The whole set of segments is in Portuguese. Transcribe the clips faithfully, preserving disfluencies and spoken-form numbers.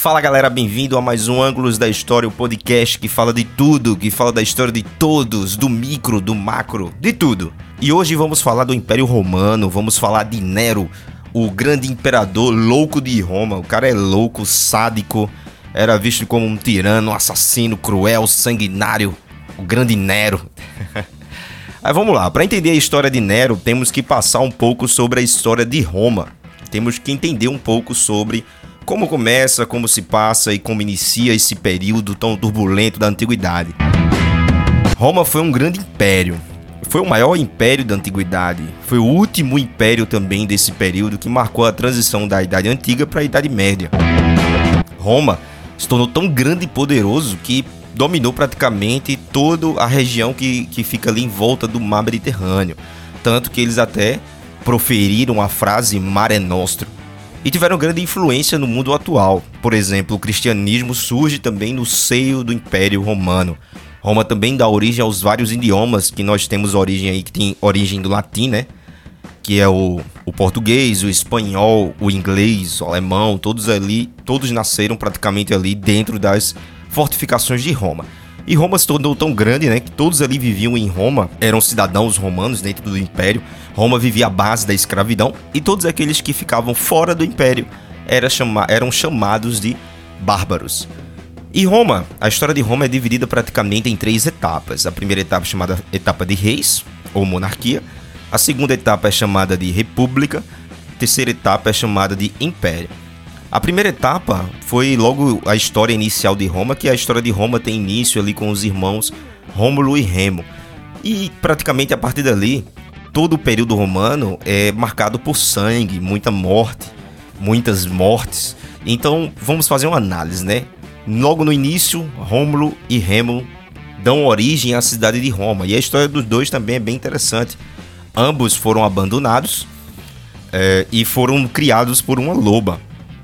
Fala galera, bem-vindo a mais um Ângulos da História, o podcast que fala de tudo, que fala da história de todos, do micro, do macro, de tudo. E hoje vamos falar do Império Romano, vamos falar de Nero, o grande imperador louco de Roma. O cara é louco, sádico, era visto como um tirano, um assassino, cruel, sanguinário, o grande Nero. Aí vamos lá, para entender a história de Nero, temos que passar um pouco sobre a história de Roma. Temos que entender um pouco sobre como começa, como se passa e como inicia esse período tão turbulento da antiguidade. Roma foi um grande império. Foi o maior império da antiguidade. Foi o último império também desse período que marcou a transição da Idade Antiga para a Idade Média. Roma se tornou tão grande e poderoso que dominou praticamente toda a região que, que fica ali em volta do mar Mediterrâneo. Tanto que eles até proferiram a frase Mare Nostrum. E tiveram grande influência no mundo atual. Por exemplo, o cristianismo surge também no seio do Império Romano. Roma também dá origem aos vários idiomas que nós temos origem aí, que tem origem do latim, né? Que é o, o português, o espanhol, o inglês, o alemão, todos ali, todos nasceram praticamente ali dentro das fortificações de Roma. E Roma se tornou tão grande, né, que todos ali viviam em Roma, eram cidadãos romanos dentro do Império. Roma vivia à base da escravidão e todos aqueles que ficavam fora do Império era chama- eram chamados de bárbaros. E Roma, a história de Roma é dividida praticamente em três etapas. A primeira etapa é chamada etapa de reis, ou monarquia. A segunda etapa é chamada de república. A terceira etapa é chamada de império. A primeira etapa foi logo a história inicial de Roma, que a história de Roma tem início ali com os irmãos Rômulo e Remo. E praticamente a partir dali, todo o período romano é marcado por sangue, muita morte, muitas mortes. Então vamos fazer uma análise, né? Logo no início, Rômulo e Remo dão origem à cidade de Roma. E a história dos dois também é bem interessante. Ambos foram abandonados é, e foram criados por uma loba.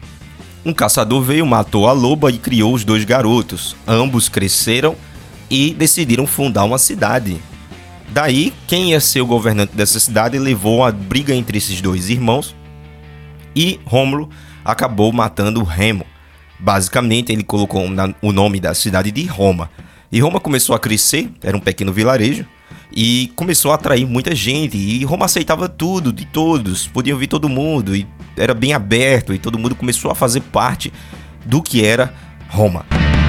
Um caçador veio, matou a loba e criou os dois garotos. Ambos cresceram e decidiram fundar uma cidade. Daí, quem ia ser o governante dessa cidade levou a briga entre esses dois irmãos e Rômulo acabou matando Remo. Basicamente, ele colocou o nome da cidade de Roma. E Roma começou a crescer, era um pequeno vilarejo, e começou a atrair muita gente. E Roma aceitava tudo, de todos, podiam vir todo mundo, e era bem aberto, e todo mundo começou a fazer parte do que era Roma.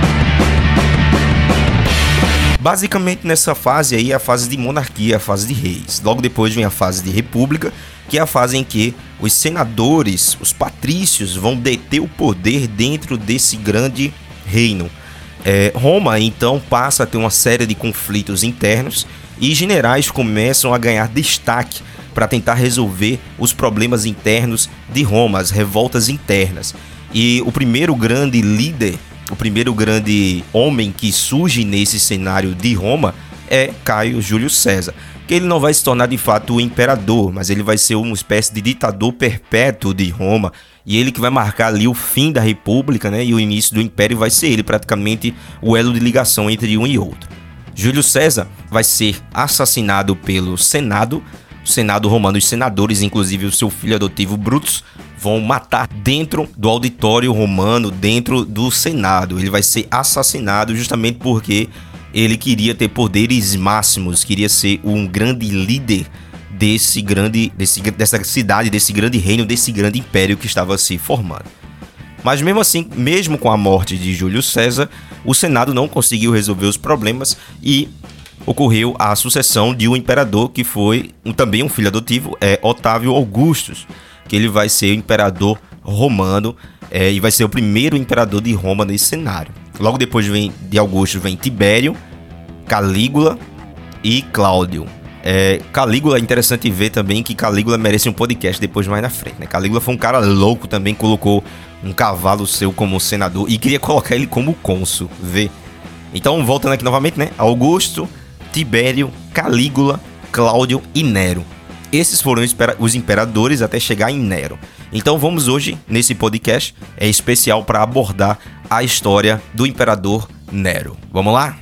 Basicamente nessa fase aí é a fase de monarquia, a fase de reis. Logo depois vem a fase de república, que é a fase em que os senadores, os patrícios vão deter o poder dentro desse grande reino. É, Roma então passa a ter uma série de conflitos internos e generais começam a ganhar destaque para tentar resolver os problemas internos de Roma, as revoltas internas. E o primeiro grande líder, o primeiro grande homem que surge nesse cenário de Roma é Caio Júlio César, que ele não vai se tornar de fato o imperador, mas ele vai ser uma espécie de ditador perpétuo de Roma, e ele que vai marcar ali o fim da república, né, e o início do império vai ser ele praticamente o elo de ligação entre um e outro. Júlio César vai ser assassinado pelo Senado, o Senado romano, os senadores, inclusive o seu filho adotivo Brutus, vão matar dentro do auditório romano, dentro do Senado. Ele vai ser assassinado justamente porque ele queria ter poderes máximos, queria ser um grande líder desse grande, desse, dessa cidade, desse grande reino, desse grande império que estava se formando. Mas mesmo assim, mesmo com a morte de Júlio César, o Senado não conseguiu resolver os problemas e ocorreu a sucessão de um imperador que foi um, também um filho adotivo, é Otávio Augustus, que ele vai ser o imperador romano é, e vai ser o primeiro imperador de Roma nesse cenário. Logo depois vem, de Augusto vem Tibério, Calígula e Cláudio. É, Calígula é interessante ver também que Calígula merece um podcast depois mais na frente, né? Calígula foi um cara louco também, colocou um cavalo seu como senador e queria colocar ele como cônsul, vê? Então, voltando aqui novamente, né? Augusto, Tibério, Calígula, Cláudio e Nero. Esses foram os imperadores até chegar em Nero. Então vamos hoje, nesse podcast, é especial para abordar a história do imperador Nero. Vamos lá?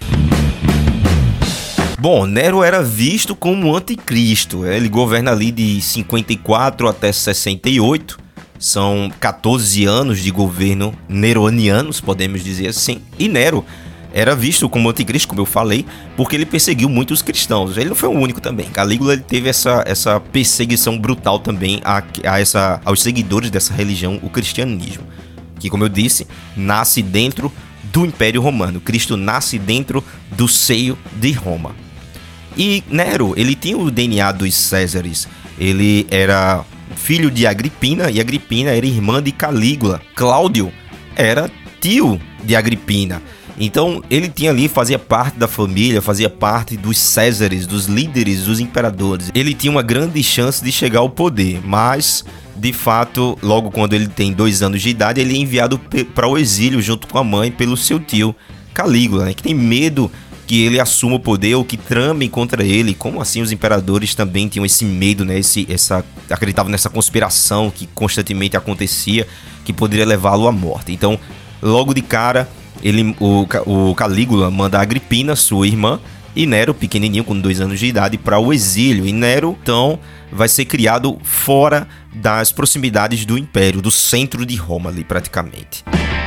Bom, Nero era visto como um anticristo. Ele governa ali de cinquenta e quatro até sessenta e oito. São quatorze anos de governo neronianos, podemos dizer assim. E Nero era visto como anticristo, como eu falei, porque ele perseguiu muitos cristãos. Ele não foi o único também. Calígula ele teve essa, essa perseguição brutal também a, a essa, aos seguidores dessa religião, o cristianismo. Que, como eu disse, nasce dentro do Império Romano. Cristo nasce dentro do seio de Roma. E Nero, ele tinha o D N A dos Césares. Ele era filho de Agripina, e Agripina era irmã de Calígula. Cláudio era tio de Agripina. Então ele tinha ali, fazia parte da família, fazia parte dos Césares, dos líderes, dos imperadores. Ele tinha uma grande chance de chegar ao poder, mas de fato, logo quando ele tem dois anos de idade, ele é enviado para o exílio junto com a mãe pelo seu tio Calígula, né, que tem medo que ele assuma o poder ou que tramem contra ele. Como assim os imperadores também tinham esse medo, né? Esse, essa, acreditavam nessa conspiração que constantemente acontecia, que poderia levá-lo à morte. Então, logo de cara, ele, o, o Calígula manda a Agripina, sua irmã, e Nero, pequenininho, com dois anos de idade, para o exílio. E Nero, então, vai ser criado fora das proximidades do Império, do centro de Roma ali, praticamente.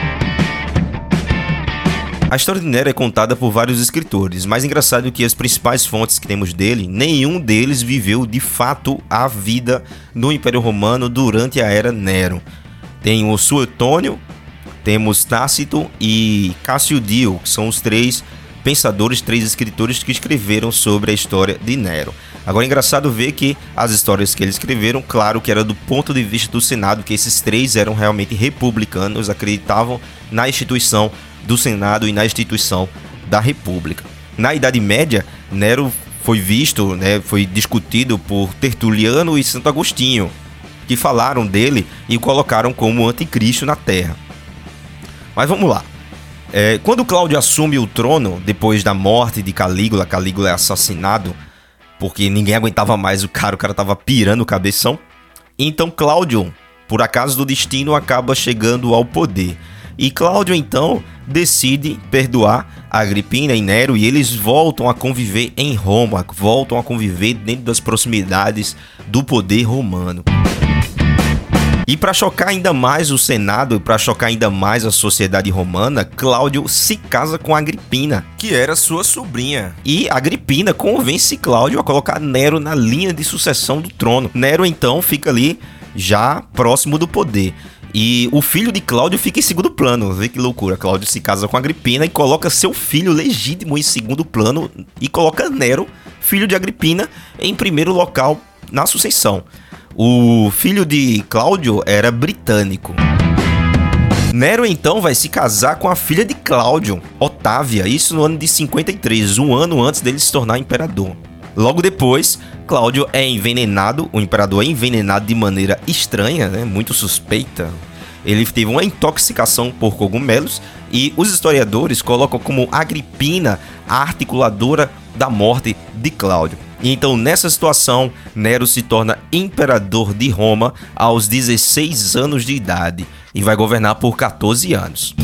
A história de Nero é contada por vários escritores, mas engraçado que as principais fontes que temos dele, nenhum deles viveu de fato a vida no Império Romano durante a era Nero. Tem o Suetônio, temos Tácito e Cássio Dio, que são os três pensadores, três escritores que escreveram sobre a história de Nero. Agora é engraçado ver que as histórias que eles escreveram, claro que era do ponto de vista do Senado, que esses três eram realmente republicanos, acreditavam na instituição do Senado e na instituição da República. Na Idade Média, Nero foi visto, né, foi discutido por Tertuliano e Santo Agostinho, que falaram dele e o colocaram como anticristo na Terra. Mas vamos lá. É, quando Cláudio assume o trono, depois da morte de Calígula, Calígula é assassinado, porque ninguém aguentava mais o cara, o cara tava pirando o cabeção. Então Cláudio, por acaso do destino, acaba chegando ao poder. E Cláudio, então, decide perdoar Agripina e Nero e eles voltam a conviver em Roma, voltam a conviver dentro das proximidades do poder romano. E para chocar ainda mais o Senado e para chocar ainda mais a sociedade romana, Cláudio se casa com Agripina, que era sua sobrinha. E Agripina convence Cláudio a colocar Nero na linha de sucessão do trono. Nero, então, fica ali já próximo do poder. E o filho de Cláudio fica em segundo plano. Vê que loucura. Cláudio se casa com Agripina e coloca seu filho legítimo em segundo plano e coloca Nero, filho de Agripina, em primeiro local na sucessão. O filho de Cláudio era britânico. Nero, então, vai se casar com a filha de Cláudio, Otávia, isso no ano de cinquenta e três, um ano antes dele se tornar imperador. Logo depois, Cláudio é envenenado, o imperador é envenenado de maneira estranha, né, muito suspeita. Ele teve uma intoxicação por cogumelos e os historiadores colocam como Agripina a articuladora da morte de Cláudio. E então, nessa situação, Nero se torna imperador de Roma aos dezesseis anos de idade e vai governar por quatorze anos.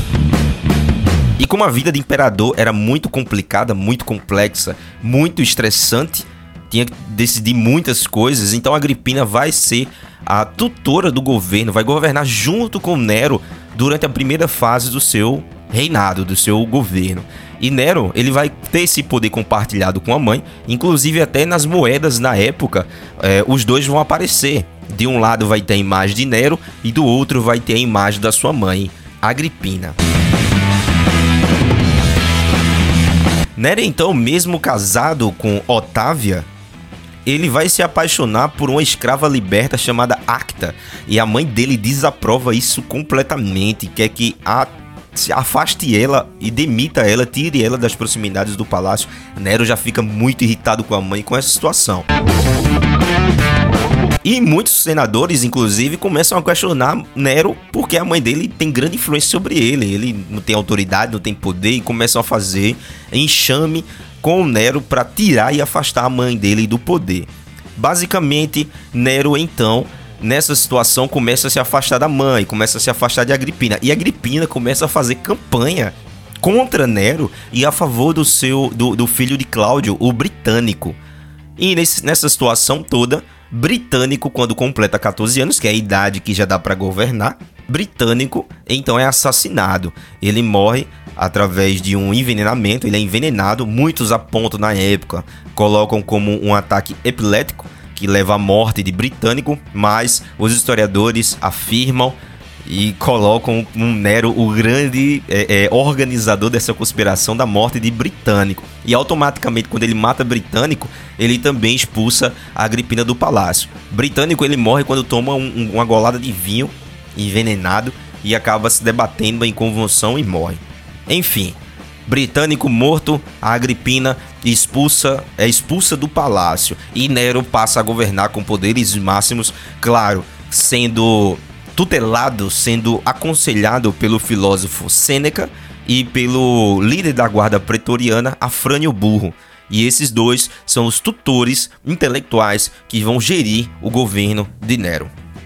E como a vida de imperador era muito complicada, muito complexa, muito estressante, tinha que decidir muitas coisas, então Agripina vai ser a tutora do governo, vai governar junto com Nero durante a primeira fase do seu reinado, do seu governo. E Nero, ele vai ter esse poder compartilhado com a mãe, inclusive até nas moedas na época, eh, os dois vão aparecer. De um lado vai ter a imagem de Nero e do outro vai ter a imagem da sua mãe, Agripina. Nero, então, mesmo casado com Otávia, ele vai se apaixonar por uma escrava liberta chamada Acta, e a mãe dele desaprova isso completamente, quer que a se afaste ela e demita ela, tire ela das proximidades do palácio. Nero já fica muito irritado com a mãe com essa situação. E muitos senadores, inclusive, começam a questionar Nero porque a mãe dele tem grande influência sobre ele. Ele não tem autoridade, não tem poder e começam a fazer enxame com Nero para tirar e afastar a mãe dele do poder. Basicamente, Nero, então, nessa situação, começa a se afastar da mãe, começa a se afastar de Agripina. E Agripina começa a fazer campanha contra Nero e a favor do, seu, do, do filho de Cláudio, o britânico. E nesse, nessa situação toda, Britânico, quando completa catorze anos, que é a idade que já dá para governar, Britânico então é assassinado. Ele morre através de um envenenamento, ele é envenenado. Muitos apontam na época, colocam como um ataque epilético que leva à morte de Britânico, mas os historiadores afirmam e colocam um Nero o grande é, é, organizador dessa conspiração da morte de Britânico. E automaticamente, quando ele mata Britânico, ele também expulsa a Agripina do palácio. Britânico ele morre quando toma um, uma golada de vinho envenenado e acaba se debatendo em convulsão e morre. Enfim, Britânico morto, a Agripina expulsa, é expulsa do palácio e Nero passa a governar com poderes máximos, claro, sendo tutelado, sendo aconselhado pelo filósofo Sêneca e pelo líder da guarda pretoriana, Afrânio Burro. E esses dois são os tutores intelectuais que vão gerir o governo de Nero.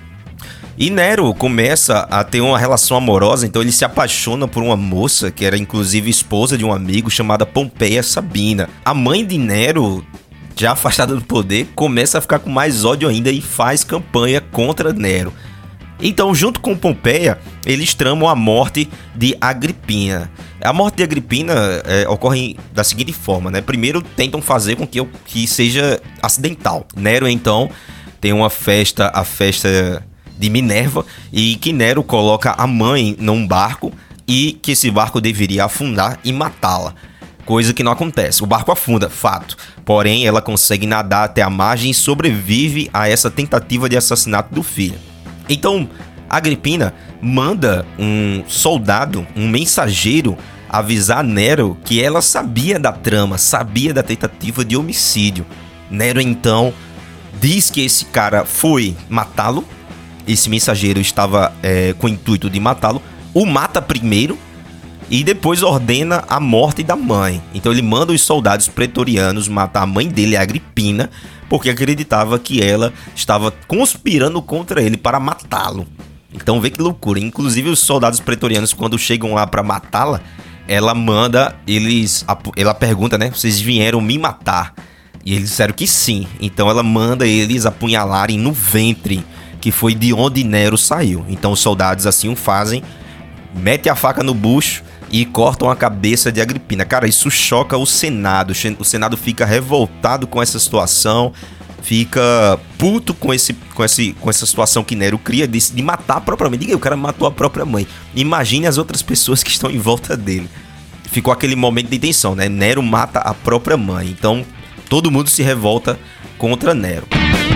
E Nero começa a ter uma relação amorosa, então ele se apaixona por uma moça que era inclusive esposa de um amigo chamada Pompeia Sabina. A mãe de Nero, já afastada do poder, começa a ficar com mais ódio ainda e faz campanha contra Nero. Então, junto com Pompeia, eles tramam a morte de Agripina. A morte de Agripina é, ocorre da seguinte forma, né? Primeiro, tentam fazer com que, que seja acidental. Nero, então, tem uma festa, a festa de Minerva, e que Nero coloca a mãe num barco e que esse barco deveria afundar e matá-la. Coisa que não acontece. O barco afunda, fato. Porém, ela consegue nadar até a margem e sobrevive a essa tentativa de assassinato do filho. Então, Agripina manda um soldado, um mensageiro, avisar Nero que ela sabia da trama, sabia da tentativa de homicídio. Nero, então, diz que esse cara foi matá-lo. Esse mensageiro estava é, com o intuito de matá-lo. O mata primeiro e depois ordena a morte da mãe. Então ele manda os soldados pretorianos matar a mãe dele, a Agripina, porque acreditava que ela estava conspirando contra ele para matá-lo. Então vê que loucura. Inclusive os soldados pretorianos, quando chegam lá para matá-la, ela manda eles... Ela pergunta, né? Vocês vieram me matar? E eles disseram que sim. Então ela manda eles apunhalarem no ventre, que foi de onde Nero saiu. Então os soldados assim o fazem, metem a faca no bucho e cortam a cabeça de Agripina. Cara, isso choca o Senado. O Senado fica revoltado com essa situação, fica puto com, esse, com, esse, com essa situação que Nero cria de, de matar propriamente. Diga, o cara matou a própria mãe. Imagine as outras pessoas que estão em volta dele. Ficou aquele momento de tensão, né? Nero mata a própria mãe. Então todo mundo se revolta contra Nero.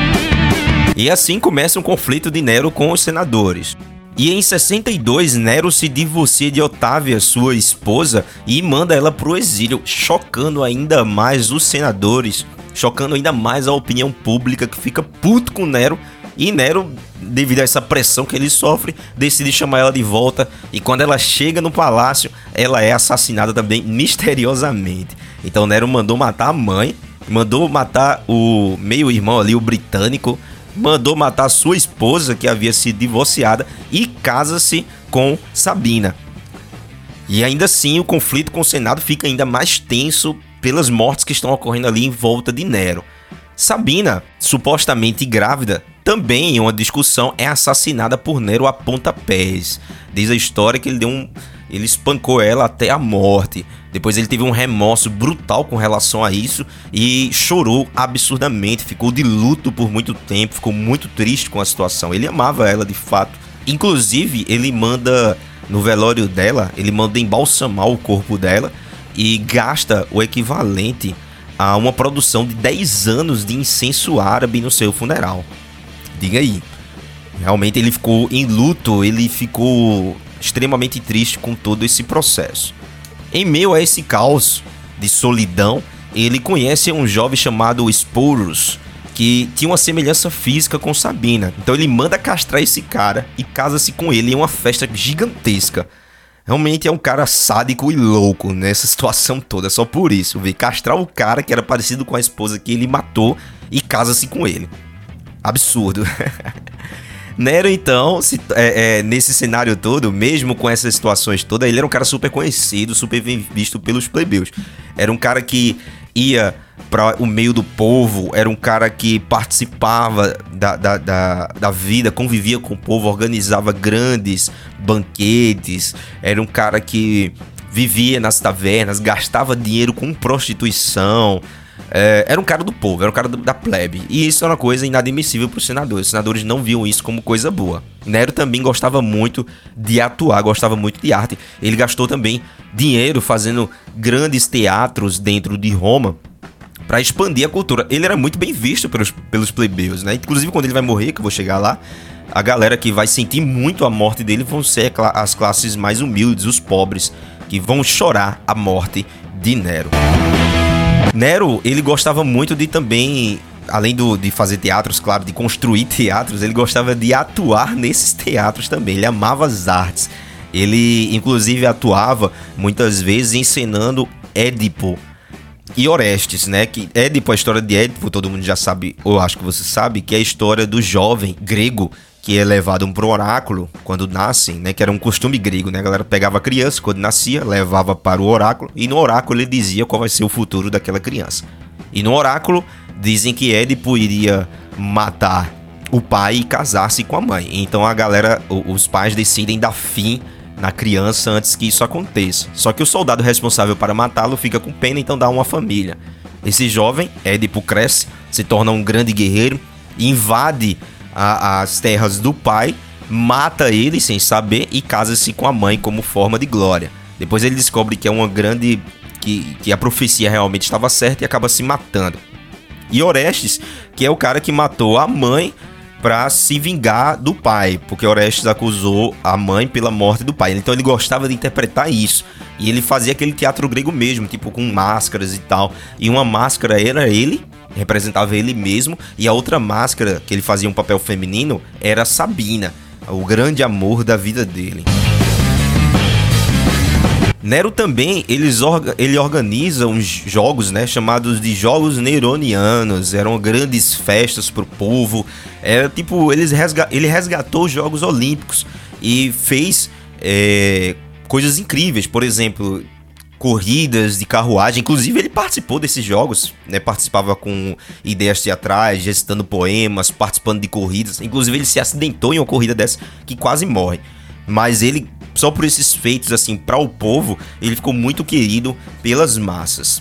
E assim começa um conflito de Nero com os senadores. E em sessenta e dois, Nero se divorcia de Otávia, sua esposa, e manda ela pro exílio, chocando ainda mais os senadores, chocando ainda mais a opinião pública, que fica puto com Nero. E Nero, devido a essa pressão que ele sofre, decide chamar ela de volta. E quando ela chega no palácio, ela é assassinada também misteriosamente. Então Nero mandou matar a mãe, mandou matar o meio-irmão ali, o Britânico, mandou matar sua esposa, que havia sido divorciada, e casa-se com Sabina. E ainda assim, o conflito com o Senado fica ainda mais tenso pelas mortes que estão ocorrendo ali em volta de Nero. Sabina, supostamente grávida, também em uma discussão é assassinada por Nero a pontapés. Diz a história que ele deu um... ele espancou ela até a morte. Depois ele teve um remorso brutal com relação a isso e chorou absurdamente, ficou de luto por muito tempo, ficou muito triste com a situação. Ele amava ela de fato. Inclusive, ele manda, no velório dela, ele manda embalsamar o corpo dela e gasta o equivalente a uma produção de dez anos de incenso árabe no seu funeral. Diga aí. Realmente ele ficou em luto, ele ficou extremamente triste com todo esse processo. Em meio a esse caos de solidão, ele conhece um jovem chamado Sporus, que tinha uma semelhança física com Sabina. Então ele manda castrar esse cara e casa-se com ele em uma festa gigantesca. Realmente é um cara sádico e louco nessa situação toda, só por isso. Vê, castrar o cara que era parecido com a esposa que ele matou e casa-se com ele. Absurdo. Nero, então, se, é, é, nesse cenário todo, mesmo com essas situações todas, ele era um cara super conhecido, super bem visto pelos plebeus. Era um cara que ia para o meio do povo, era um cara que participava da, da, da, da vida, convivia com o povo, organizava grandes banquetes, era um cara que vivia nas tavernas, gastava dinheiro com prostituição, é, era um cara do povo, era um cara da plebe, e isso era uma coisa inadmissível para os senadores. Os senadores não viam isso como coisa boa. Nero também gostava muito de atuar, gostava muito de arte, ele gastou também dinheiro fazendo grandes teatros dentro de Roma, para expandir a cultura. Ele era muito bem visto pelos, pelos plebeus, né? Inclusive, quando ele vai morrer, que eu vou chegar lá, a galera que vai sentir muito a morte dele vão ser as classes mais humildes, os pobres, que vão chorar a morte de Nero. Nero, ele gostava muito de também, além do, de fazer teatros, claro, de construir teatros, ele gostava de atuar nesses teatros também. Ele amava as artes. Ele, inclusive, atuava muitas vezes encenando Édipo e Orestes, né? Que Édipo, a história de Édipo, todo mundo já sabe, ou acho que você sabe, que é a história do jovem grego que é levado para um oráculo quando nascem, né? Que era um costume grego, né? A galera pegava a criança quando nascia, levava para o oráculo e no oráculo ele dizia qual vai ser o futuro daquela criança. E no oráculo dizem que Édipo iria matar o pai e casar-se com a mãe. Então a galera, os pais decidem dar fim na criança antes que isso aconteça. Só que o soldado responsável para matá-lo fica com pena, então dá uma família. Esse jovem, Édipo, cresce, se torna um grande guerreiro, invade a, as terras do pai, mata ele sem saber e casa-se com a mãe como forma de glória. Depois ele descobre que é uma grande... que, que a profecia realmente estava certa e acaba se matando. E Orestes, que é o cara que matou a mãe para se vingar do pai, porque Orestes acusou a mãe pela morte do pai. Então ele gostava de interpretar isso. E ele fazia aquele teatro grego mesmo, tipo com máscaras e tal. E uma máscara era ele, representava ele mesmo, e a outra máscara, que ele fazia um papel feminino, era Sabina, o grande amor da vida dele. Nero também, eles orga, ele organiza uns jogos, né, chamados de Jogos Neronianos. Eram grandes festas pro povo. Era tipo, eles resga, ele resgatou os Jogos Olímpicos e fez é, coisas incríveis. Por exemplo, corridas de carruagem. Inclusive ele participou desses jogos, né, participava com ideias teatrais, recitando poemas, participando de corridas. Inclusive ele se acidentou em uma corrida dessa que quase morre. Mas ele, só por esses feitos, assim, para o povo, ele ficou muito querido pelas massas.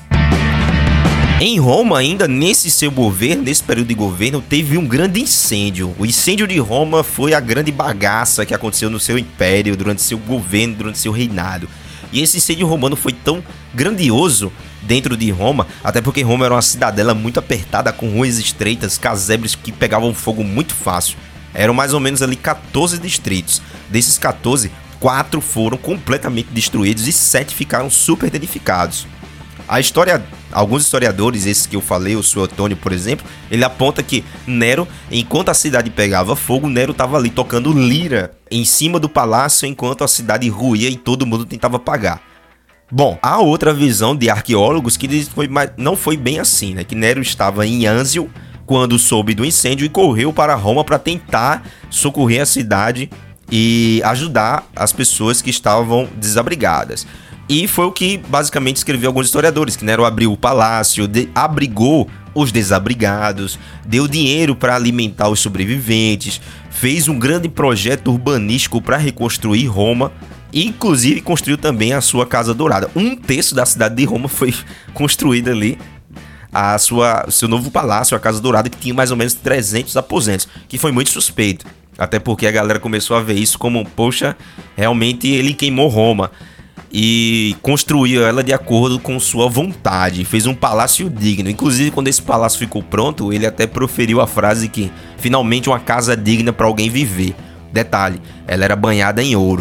Em Roma, ainda nesse seu governo, nesse período de governo, teve um grande incêndio. O incêndio de Roma foi a grande bagaça que aconteceu no seu império, durante seu governo, durante seu reinado. E esse incêndio romano foi tão grandioso dentro de Roma, até porque Roma era uma cidadela muito apertada, com ruas estreitas, casebres que pegavam fogo muito fácil. Eram mais ou menos ali quatorze distritos. Desses quatorze, quatro foram completamente destruídos e sete ficaram super danificados. A história, alguns historiadores, esses que eu falei, o Suetônio, por exemplo, ele aponta que Nero, enquanto a cidade pegava fogo, Nero estava ali tocando lira em cima do palácio enquanto a cidade ruía e todo mundo tentava apagar. Bom, há outra visão de arqueólogos que diz que foi, não foi bem assim, né? Que Nero estava em Anzio quando soube do incêndio e correu para Roma para tentar socorrer a cidade e ajudar as pessoas que estavam desabrigadas. E foi o que basicamente escreveu alguns historiadores, que Nero abriu o palácio, de, abrigou os desabrigados, deu dinheiro para alimentar os sobreviventes, fez um grande projeto urbanístico para reconstruir Roma, e inclusive construiu também a sua Casa Dourada. Um terço da cidade de Roma foi construída ali, a sua, seu novo palácio, a Casa Dourada, que tinha mais ou menos trezentos aposentos, que foi muito suspeito. Até porque a galera começou a ver isso como, poxa, realmente ele queimou Roma. E construiu ela de acordo com sua vontade, fez um palácio digno. Inclusive, quando esse palácio ficou pronto, ele até proferiu a frase que, finalmente, uma casa digna para alguém viver. Detalhe, ela era banhada em ouro.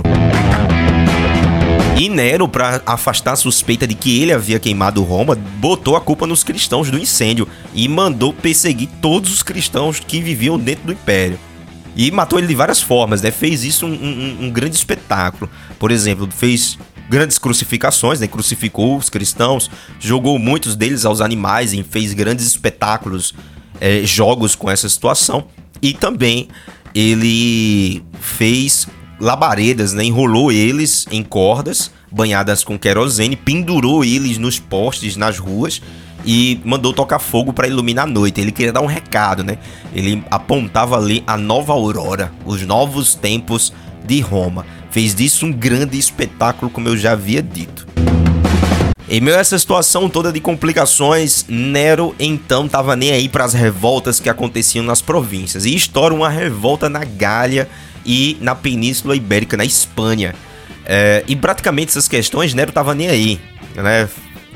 E Nero, para afastar a suspeita de que ele havia queimado Roma, botou a culpa nos cristãos do incêndio e mandou perseguir todos os cristãos que viviam dentro do império. E matou ele de várias formas, né? Fez isso um, um, um grande espetáculo. Por exemplo, fez grandes crucificações, né? Crucificou os cristãos, jogou muitos deles aos animais e fez grandes espetáculos, é, jogos com essa situação. E também ele fez labaredas, né? Enrolou eles em cordas banhadas com querosene, pendurou eles nos postes, nas ruas e mandou tocar fogo para iluminar a noite. Ele queria dar um recado, né? Ele apontava ali a nova aurora, os novos tempos de Roma. Fez disso um grande espetáculo, como eu já havia dito. Em meio a essa situação toda de complicações, Nero então estava nem aí para as revoltas que aconteciam nas províncias e estoura uma revolta na Gália e na Península Ibérica, na Espanha. É, e praticamente essas questões Nero estava nem aí, né?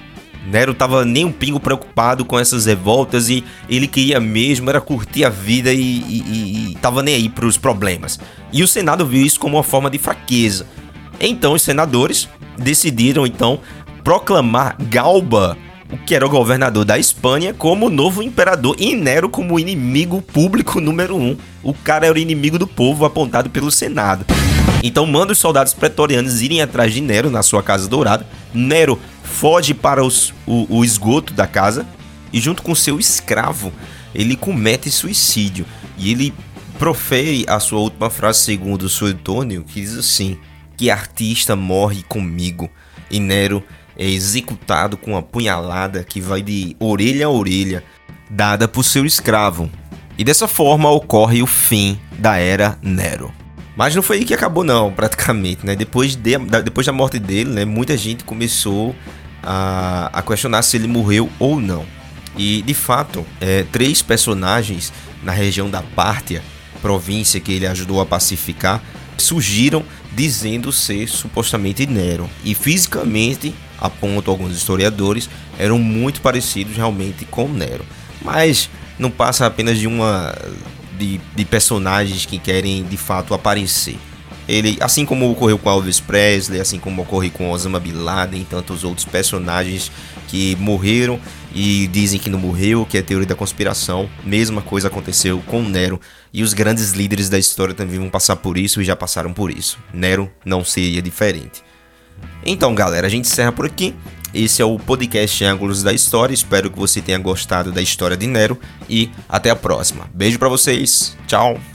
Nero estava nem um pingo preocupado com essas revoltas e ele queria mesmo era curtir a vida e estava nem aí para os problemas. E o Senado viu isso como uma forma de fraqueza. Então os senadores decidiram então proclamar Galba, o que era o governador da Espanha, como o novo imperador e Nero como o inimigo público número um. O cara era o inimigo do povo apontado pelo Senado. Então manda os soldados pretorianos irem atrás de Nero na sua casa dourada. Nero foge para os, o, o esgoto da casa e junto com seu escravo ele comete suicídio. E ele profere a sua última frase segundo o Suetônio, que diz assim: que artista morre comigo. E Nero é executado com uma punhalada que vai de orelha a orelha, dada por seu escravo. E dessa forma ocorre o fim da era Nero. Mas não foi aí que acabou não, praticamente, né? Depois, de, depois da morte dele, né, muita gente começou a, a questionar se ele morreu ou não. E, de fato, é, três personagens na região da Pártia, província que ele ajudou a pacificar, surgiram dizendo ser supostamente Nero. E fisicamente, apontam alguns historiadores, eram muito parecidos realmente com Nero. Mas não passa apenas de uma de, de personagens que querem de fato aparecer. Ele, assim como ocorreu com Elvis Presley, assim como ocorreu com Osama Bin Laden e tantos outros personagens que morreram e dizem que não morreu, que é teoria da conspiração. Mesma coisa aconteceu com Nero e os grandes líderes da história também vão passar por isso e já passaram por isso. Nero não seria diferente. Então, galera, a gente encerra por aqui. Esse é o podcast Ângulos da História. Espero que você tenha gostado da história de Nero e até a próxima. Beijo pra vocês. Tchau.